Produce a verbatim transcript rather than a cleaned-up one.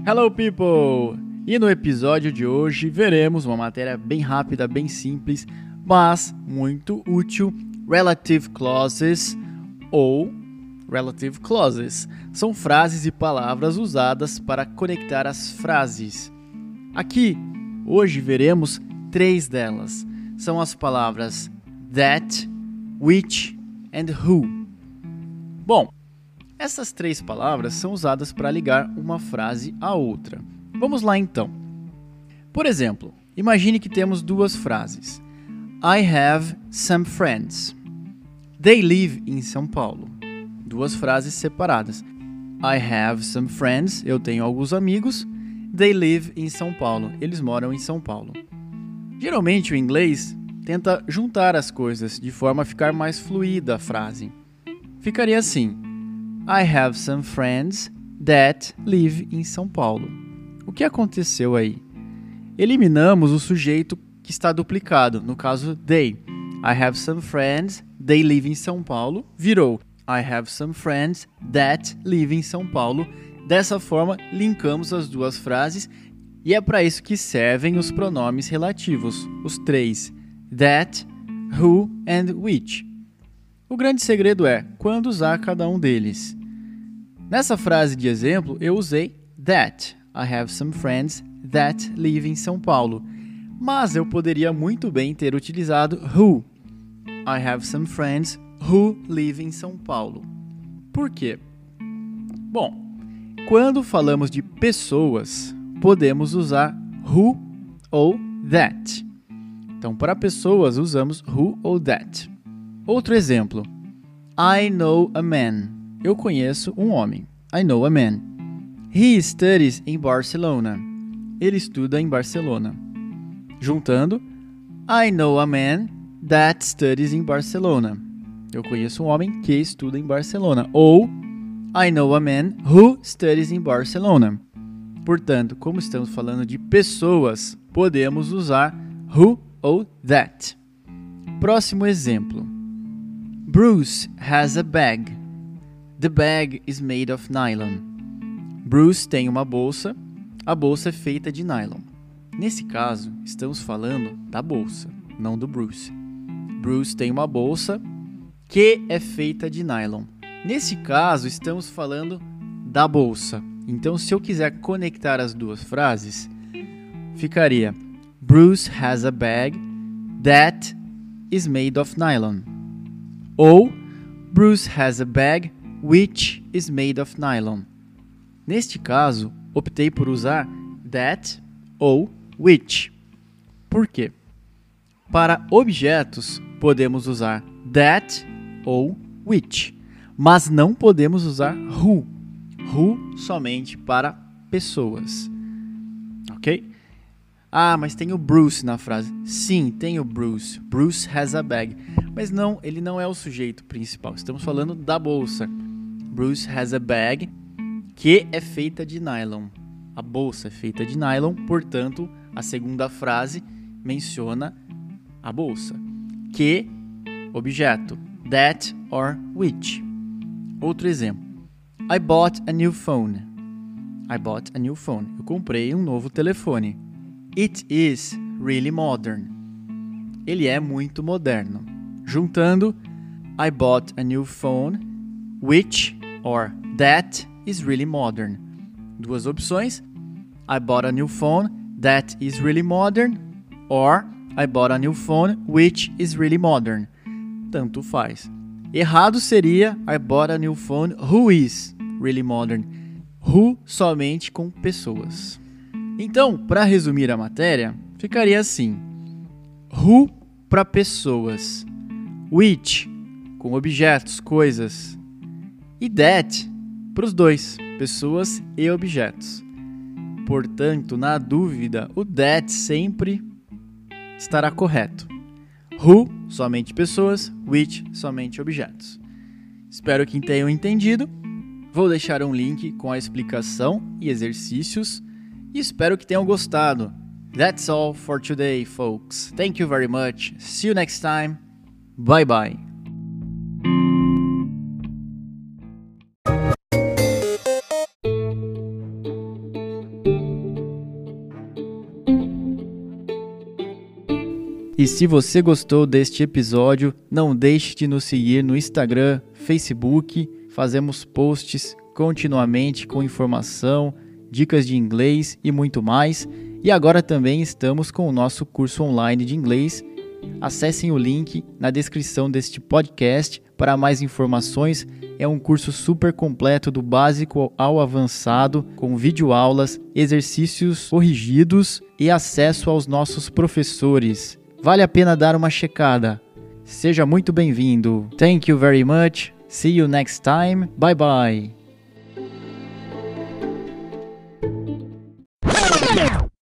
Hello people! E no episódio de hoje veremos uma matéria bem rápida, bem simples, mas muito útil, Relative Clauses ou Relative Clauses. São frases e palavras usadas para conectar as frases. Aqui, hoje veremos três delas. São as palavras that, which and who. Bom, essas três palavras são usadas para ligar uma frase à outra. Vamos lá então. Por exemplo, imagine que temos duas frases. I have some friends. They live in São Paulo. Duas frases separadas. I have some friends. Eu tenho alguns amigos. They live in São Paulo. Eles moram em São Paulo. Geralmente o inglês tenta juntar as coisas de forma a ficar mais fluida a frase. Ficaria assim: I have some friends that live in São Paulo. O que aconteceu aí? Eliminamos o sujeito que está duplicado, no caso they. I have some friends, they live in São Paulo. Virou I have some friends that live in São Paulo. Dessa forma, linkamos as duas frases e é para isso que servem os pronomes relativos, os três: that, who and which. O grande segredo é quando usar cada um deles. Nessa frase de exemplo, eu usei that. I have some friends that live in São Paulo. Mas eu poderia muito bem ter utilizado who. I have some friends who live in São Paulo. Por quê? Bom, quando falamos de pessoas, podemos usar who ou that. Então, para pessoas, usamos who ou that. Outro exemplo. I know a man. Eu conheço um homem. I know a man. He studies in Barcelona. Ele estuda em Barcelona. Juntando, I know a man that studies in Barcelona. Eu conheço um homem que estuda em Barcelona. Ou, I know a man who studies in Barcelona. Portanto, como estamos falando de pessoas, podemos usar who ou that. Próximo exemplo. Bruce has a bag. The bag is made of nylon. Bruce tem uma bolsa. A bolsa é feita de nylon. Nesse caso, estamos falando da bolsa, não do Bruce. Bruce tem uma bolsa que é feita de nylon. Nesse caso, estamos falando da bolsa. Então, se eu quiser conectar as duas frases, ficaria Bruce has a bag that is made of nylon. Ou Bruce has a bag which is made of nylon. Neste caso, optei por usar that ou which. Por quê? Para objetos, podemos usar that ou which, mas não podemos usar who. Who somente para pessoas. Ok? Ah, mas tem o Bruce na frase. Sim, tem o Bruce. Bruce has a bag. Mas não, ele não é o sujeito principal. Estamos falando da bolsa. Bruce has a bag que é feita de nylon. A bolsa é feita de nylon, portanto, a segunda frase menciona a bolsa. Que, objeto, that or which. Outro exemplo. I bought a new phone. I bought a new phone. Eu comprei um novo telefone. It is really modern. Ele é muito moderno. Juntando, I bought a new phone, which or that is really modern. Duas opções. I bought a new phone that is really modern. Or I bought a new phone which is really modern. Tanto faz. Errado seria I bought a new phone who is really modern. Who somente com pessoas. Então, para resumir a matéria, ficaria assim. Who para pessoas. Which com objetos, coisas. E that para os dois, pessoas e objetos. Portanto, na dúvida, o that sempre estará correto. Who, somente pessoas, which, somente objetos. Espero que tenham entendido. Vou deixar um link com a explicação e exercícios e espero que tenham gostado. That's all for today, folks. Thank you very much. See you next time. Bye bye. E se você gostou deste episódio, não deixe de nos seguir no Instagram, Facebook. Fazemos posts continuamente com informação, dicas de inglês e muito mais. E agora também estamos com o nosso curso online de inglês. Acessem o link na descrição deste podcast para mais informações. É um curso super completo do básico ao avançado, com videoaulas, exercícios corrigidos e acesso aos nossos professores. Vale a pena dar uma checada. Seja muito bem-vindo. Thank you very much. See you next time. Bye bye.